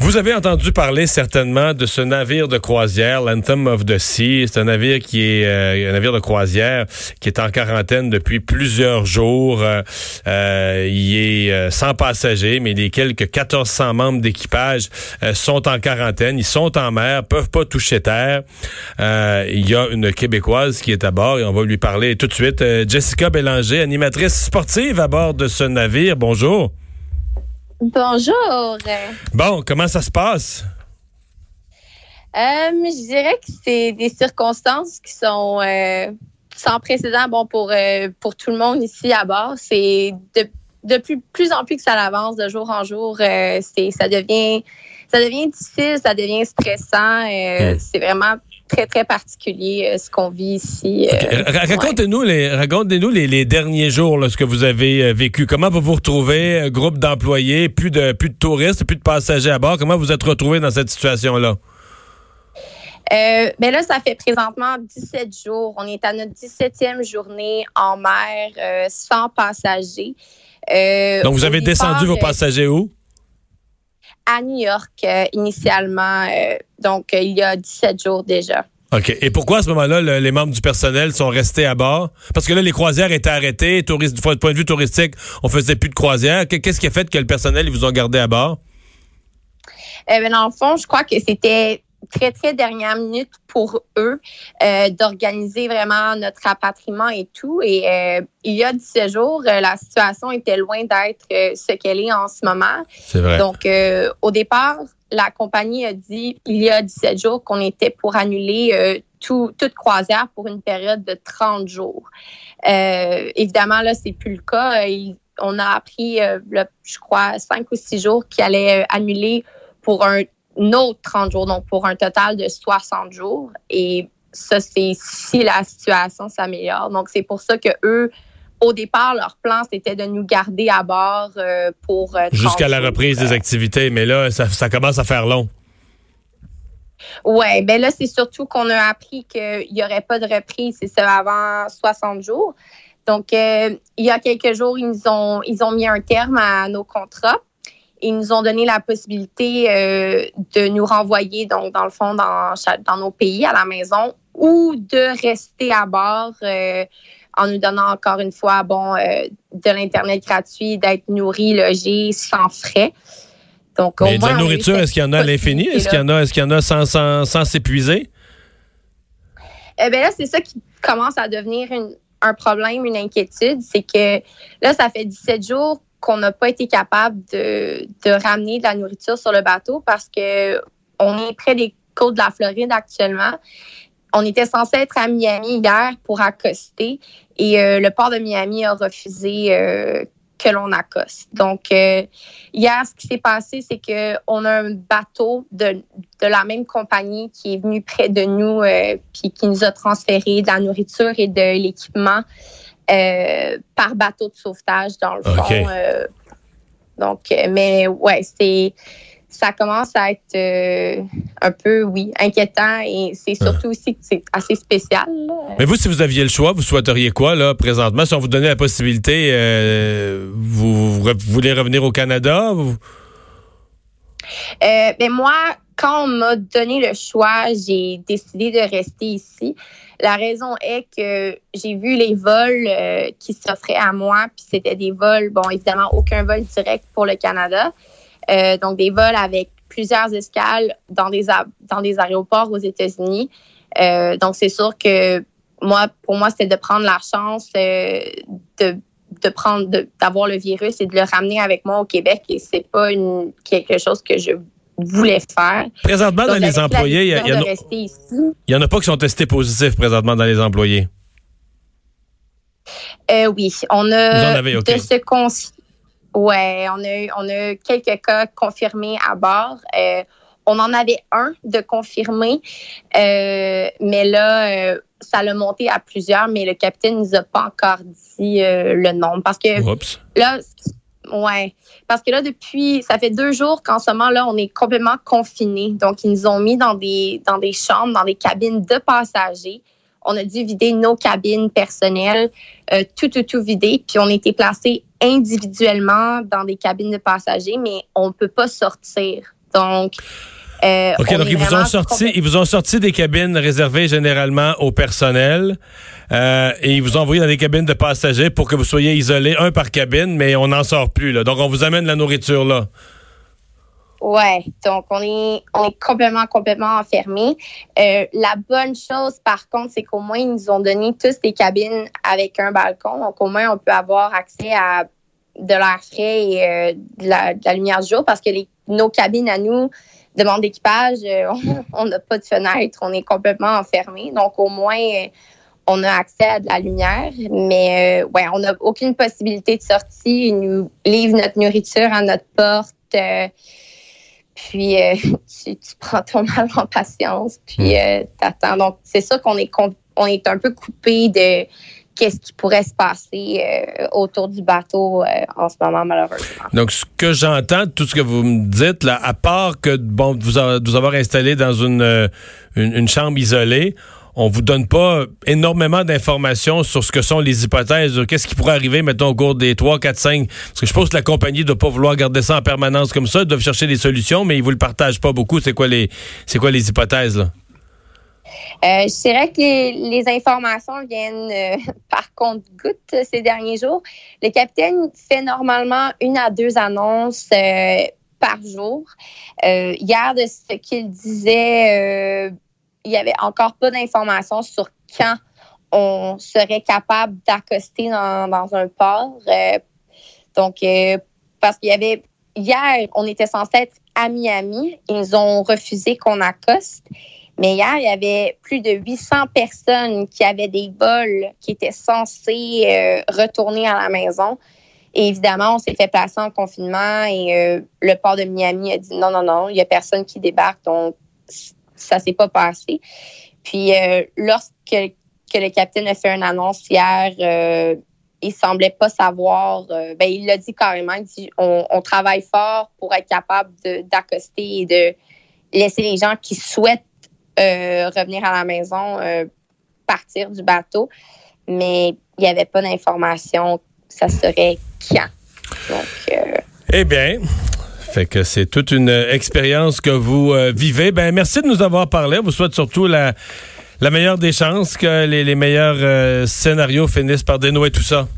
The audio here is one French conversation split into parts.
Vous avez entendu parler certainement de ce navire de croisière, l'Anthem of the Sea. C'est un navire qui est un navire de croisière qui est en quarantaine depuis plusieurs jours. Il est sans passagers, mais les quelques 1400 membres d'équipage sont en quarantaine. Ils sont en mer, peuvent pas toucher terre. Il y a une Québécoise qui est à bord et on va lui parler tout de suite. Jessica Bélanger, animatrice sportive à bord de ce navire. Bonjour. Bonjour. Bon, comment ça se passe? Je dirais que c'est des circonstances qui sont sans précédent pour tout le monde ici à bord. C'est de plus en plus que ça avance de jour en jour. Ça devient difficile, ça devient stressant. C'est vraiment très, très particulier ce qu'on vit ici. Okay. Racontez-nous les derniers jours, là, ce que vous avez vécu. Comment vous vous retrouvez, groupe d'employés, plus de touristes, plus de passagers à bord. Comment vous êtes retrouvés dans cette situation-là? Ben là, ça fait présentement 17 jours. On est à notre 17e journée en mer, sans passagers. Donc, vous avez descendu vos passagers où? À New York, initialement. Donc, il y a 17 jours déjà. OK. Et pourquoi, à ce moment-là, les membres du personnel sont restés à bord? Parce que là, les croisières étaient arrêtées. Du point de vue touristique, on faisait plus de croisières. Qu'est-ce qui a fait que le personnel, ils vous ont gardé à bord? Dans le fond, je crois que c'était très, très dernière minute pour eux d'organiser vraiment notre rapatriement et tout. Et il y a 17 jours, la situation était loin d'être ce qu'elle est en ce moment. C'est vrai. Donc, au départ, la compagnie a dit, il y a 17 jours, qu'on était pour annuler toute croisière pour une période de 30 jours. Évidemment, là, c'est plus le cas. On a appris, je crois, 5 ou 6 jours qu'ils allaient annuler pour un autre 30 jours, donc pour un total de 60 jours. Et ça, c'est si la situation s'améliore. Donc, c'est pour ça que eux, au départ, leur plan, c'était de nous garder à bord pour 30 jusqu'à la jours. reprise des activités. Mais là, ça commence à faire long. Oui, bien là, c'est surtout qu'on a appris qu'il n'y aurait pas de reprise, c'est ça, avant 60 jours. Donc, il y a quelques jours, ils ont mis un terme à nos contrats. Ils nous ont donné la possibilité de nous renvoyer, donc dans le fond, dans nos pays, à la maison, ou de rester à bord en nous donnant encore une fois de l'Internet gratuit, d'être nourris, logés, sans frais. Donc, mais de la nourriture, est-ce qu'il y en a à l'infini? Est-ce qu'il y en a sans s'épuiser? Là, c'est ça qui commence à devenir un problème, une inquiétude. C'est que là, ça fait 17 jours qu'on n'a pas été capable de ramener de la nourriture sur le bateau parce que on est près des côtes de la Floride actuellement. On était censé être à Miami hier pour accoster et le port de Miami a refusé que l'on accoste. Donc, hier, ce qui s'est passé, c'est qu'on a un bateau de la même compagnie qui est venu près de nous puis qui nous a transféré de la nourriture et de l'équipement par bateau de sauvetage, dans le fond. Okay. Donc, mais ouais, ça commence à être un peu, inquiétant et c'est surtout aussi que c'est assez spécial. Là. Mais vous, si vous aviez le choix, vous souhaiteriez quoi, là, présentement? Si on vous donnait la possibilité, vous voulez revenir au Canada? Moi, quand on m'a donné le choix, j'ai décidé de rester ici. La raison est que j'ai vu les vols qui s'offraient à moi, puis c'était des vols, évidemment, aucun vol direct pour le Canada. Donc, des vols avec plusieurs escales dans des aéroports aux États-Unis. Donc, c'est sûr que pour moi, c'était de prendre la chance d'avoir le virus et de le ramener avec moi au Québec. Et c'est pas quelque chose que je voulais faire. Présentement, donc, dans les employés, il y en a pas qui sont testés positifs présentement dans les employés. Oui, on a vous en avez, OK. Ouais, on a quelques cas confirmés à bord. On en avait un de confirmé, mais là, ça l'a monté à plusieurs, mais le capitaine ne nous a pas encore dit le nombre. Parce que là, parce que là, ça fait 2 jours qu'en ce moment, là, on est complètement confinés. Donc, ils nous ont mis dans des chambres, dans des cabines de passagers. On a dû vider nos cabines personnelles, tout vider. Puis, on a été placés individuellement dans des cabines de passagers, mais on ne peut pas sortir. Donc, OK, donc ils vous ont sorti des cabines réservées généralement au personnel et ils vous ont envoyé dans des cabines de passagers pour que vous soyez isolés, un par cabine, mais on n'en sort plus, là. Donc, on vous amène la nourriture, là. Ouais, donc on est complètement enfermés. La bonne chose, par contre, c'est qu'au moins, ils nous ont donné tous des cabines avec un balcon. Donc, au moins, on peut avoir accès à de l'air frais et de la lumière du jour parce que nos cabines à nous, demande d'équipage, on n'a pas de fenêtre, on est complètement enfermés. Donc, au moins, on a accès à de la lumière. Mais, on n'a aucune possibilité de sortie. Ils nous livrent notre nourriture à notre porte. Puis, tu prends ton mal en patience, puis t'attends. Donc, c'est sûr qu'on est un peu coupé de qu'est-ce qui pourrait se passer autour du bateau en ce moment, malheureusement. Donc, ce que j'entends de tout ce que vous me dites, là, à part que vous avoir installé dans une chambre isolée, on vous donne pas énormément d'informations sur ce que sont les hypothèses. Qu'est-ce qui pourrait arriver, mettons, au cours des 3, 4, 5... Parce que je pense que la compagnie ne doit pas vouloir garder ça en permanence comme ça. Ils doivent chercher des solutions, mais ils vous le partagent pas beaucoup. C'est quoi les hypothèses, là? Je dirais que les informations viennent par compte-gouttes ces derniers jours. Le capitaine fait normalement 1 à 2 annonces par jour. Hier, de ce qu'il disait... il n'y avait encore pas d'informations sur quand on serait capable d'accoster dans un port. Parce qu'il y avait... Hier, on était censé être à Miami. Ils ont refusé qu'on accoste. Mais hier, il y avait plus de 800 personnes qui avaient des vols qui étaient censés retourner à la maison. Et évidemment, on s'est fait placer en confinement et le port de Miami a dit non, il n'y a personne qui débarque. Donc, ça s'est pas passé. Puis, lorsque le capitaine a fait une annonce hier, il semblait pas savoir. Il l'a dit carrément. Il dit on travaille fort pour être capable d'accoster et de laisser les gens qui souhaitent revenir à la maison partir du bateau. Mais il n'y avait pas d'information. Ça serait quand. Donc, eh bien... Fait que c'est toute une expérience que vous vivez. Ben merci de nous avoir parlé. On vous souhaite surtout la meilleure des chances, que les meilleurs scénarios finissent par dénouer tout ça.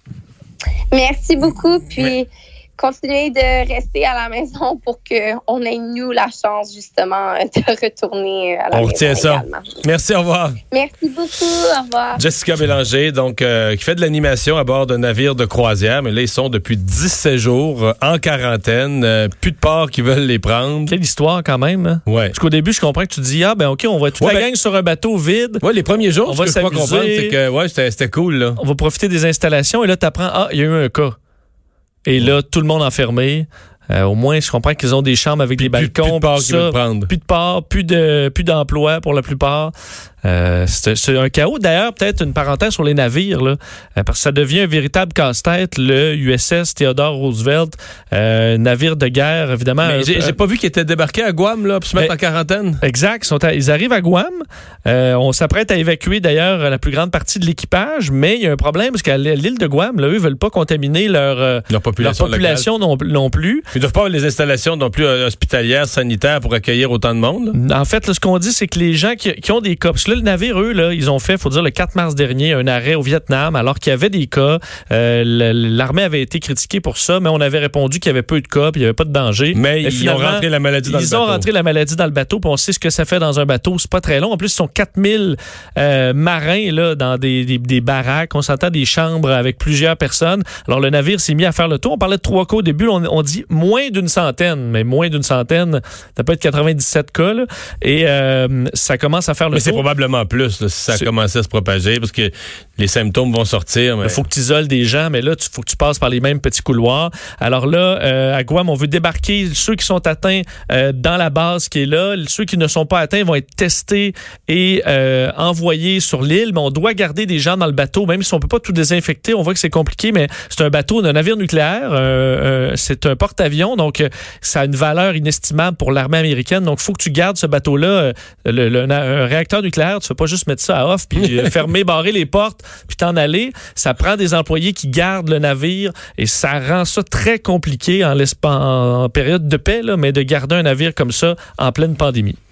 Merci beaucoup. Puis continuez de rester à la maison pour qu'on ait, nous, la chance, justement, de retourner à la maison. On retient ça. Également. Merci, au revoir. Merci beaucoup. Au revoir. Jessica Bélanger, donc, qui fait de l'animation à bord d'un navire de croisière, mais là, ils sont depuis 17 jours en quarantaine. Plus de ports qui veulent les prendre. Quelle histoire, quand même. Hein? Ouais. Parce qu'au début, je comprends que tu dis, OK, on va être toute la gang sur un bateau vide. Ouais, les premiers jours, on ce va que je crois comprendre, c'est que, c'était cool, là. On va profiter des installations et là, t'apprends, il y a eu un cas. Et là, tout le monde enfermé. Au moins, je comprends qu'ils ont des chambres avec des balcons. Plus de ports qu'ils veulent prendre. Plus de ports, plus d'emplois pour la plupart. C'est un chaos. D'ailleurs, peut-être une parenthèse sur les navires, là, parce que ça devient un véritable casse-tête, le USS Theodore Roosevelt, navire de guerre, évidemment. Mais j'ai pas vu qu'ils étaient débarqués à Guam là, pour se mettre en quarantaine. Exact. Ils arrivent à Guam. On s'apprête à évacuer, d'ailleurs, la plus grande partie de l'équipage, mais il y a un problème, parce qu'à l'île de Guam, là, eux, veulent pas contaminer leur population non plus. Ils doivent pas avoir les installations non plus hospitalières, sanitaires pour accueillir autant de monde. En fait, là, ce qu'on dit, c'est que les gens qui ont des cas, parce que là, le navire, eux, là, ils ont fait, faut dire, le 4 mars dernier, un arrêt au Vietnam, alors qu'il y avait des cas. L'armée avait été critiquée pour ça, mais on avait répondu qu'il y avait peu de cas, puis il n'y avait pas de danger. Mais ils ont rentré la maladie dans le bateau. Ils ont rentré la maladie dans le bateau, puis on sait ce que ça fait dans un bateau. C'est pas très long. En plus, ils sont 4000 marins là, dans des baraques. On s'entend des chambres avec plusieurs personnes. Alors, le navire s'est mis à faire le tour. On parlait de 3 cas au début. On dit moins d'une centaine, mais moins d'une centaine, ça peut être 97 cas, là, et ça commence à faire le tour. Mais c'est probablement plus, là, si ça a commencé à se propager, parce que les symptômes vont sortir. Il faut que tu isoles des gens, mais là, il faut que tu passes par les mêmes petits couloirs. Alors là, à Guam, on veut débarquer ceux qui sont atteints dans la base qui est là. Ceux qui ne sont pas atteints vont être testés et envoyés sur l'île, mais on doit garder des gens dans le bateau, même si on peut pas tout désinfecter. On voit que c'est compliqué, mais c'est un bateau d'un navire nucléaire. C'est un porte-avions, donc ça a une valeur inestimable pour l'armée américaine. Donc, il faut que tu gardes ce bateau-là, un réacteur nucléaire guerre. Tu fais pas juste mettre ça à off, puis fermer, barrer les portes, puis t'en aller. Ça prend des employés qui gardent le navire et ça rend ça très compliqué en période de paix, là, mais de garder un navire comme ça en pleine pandémie.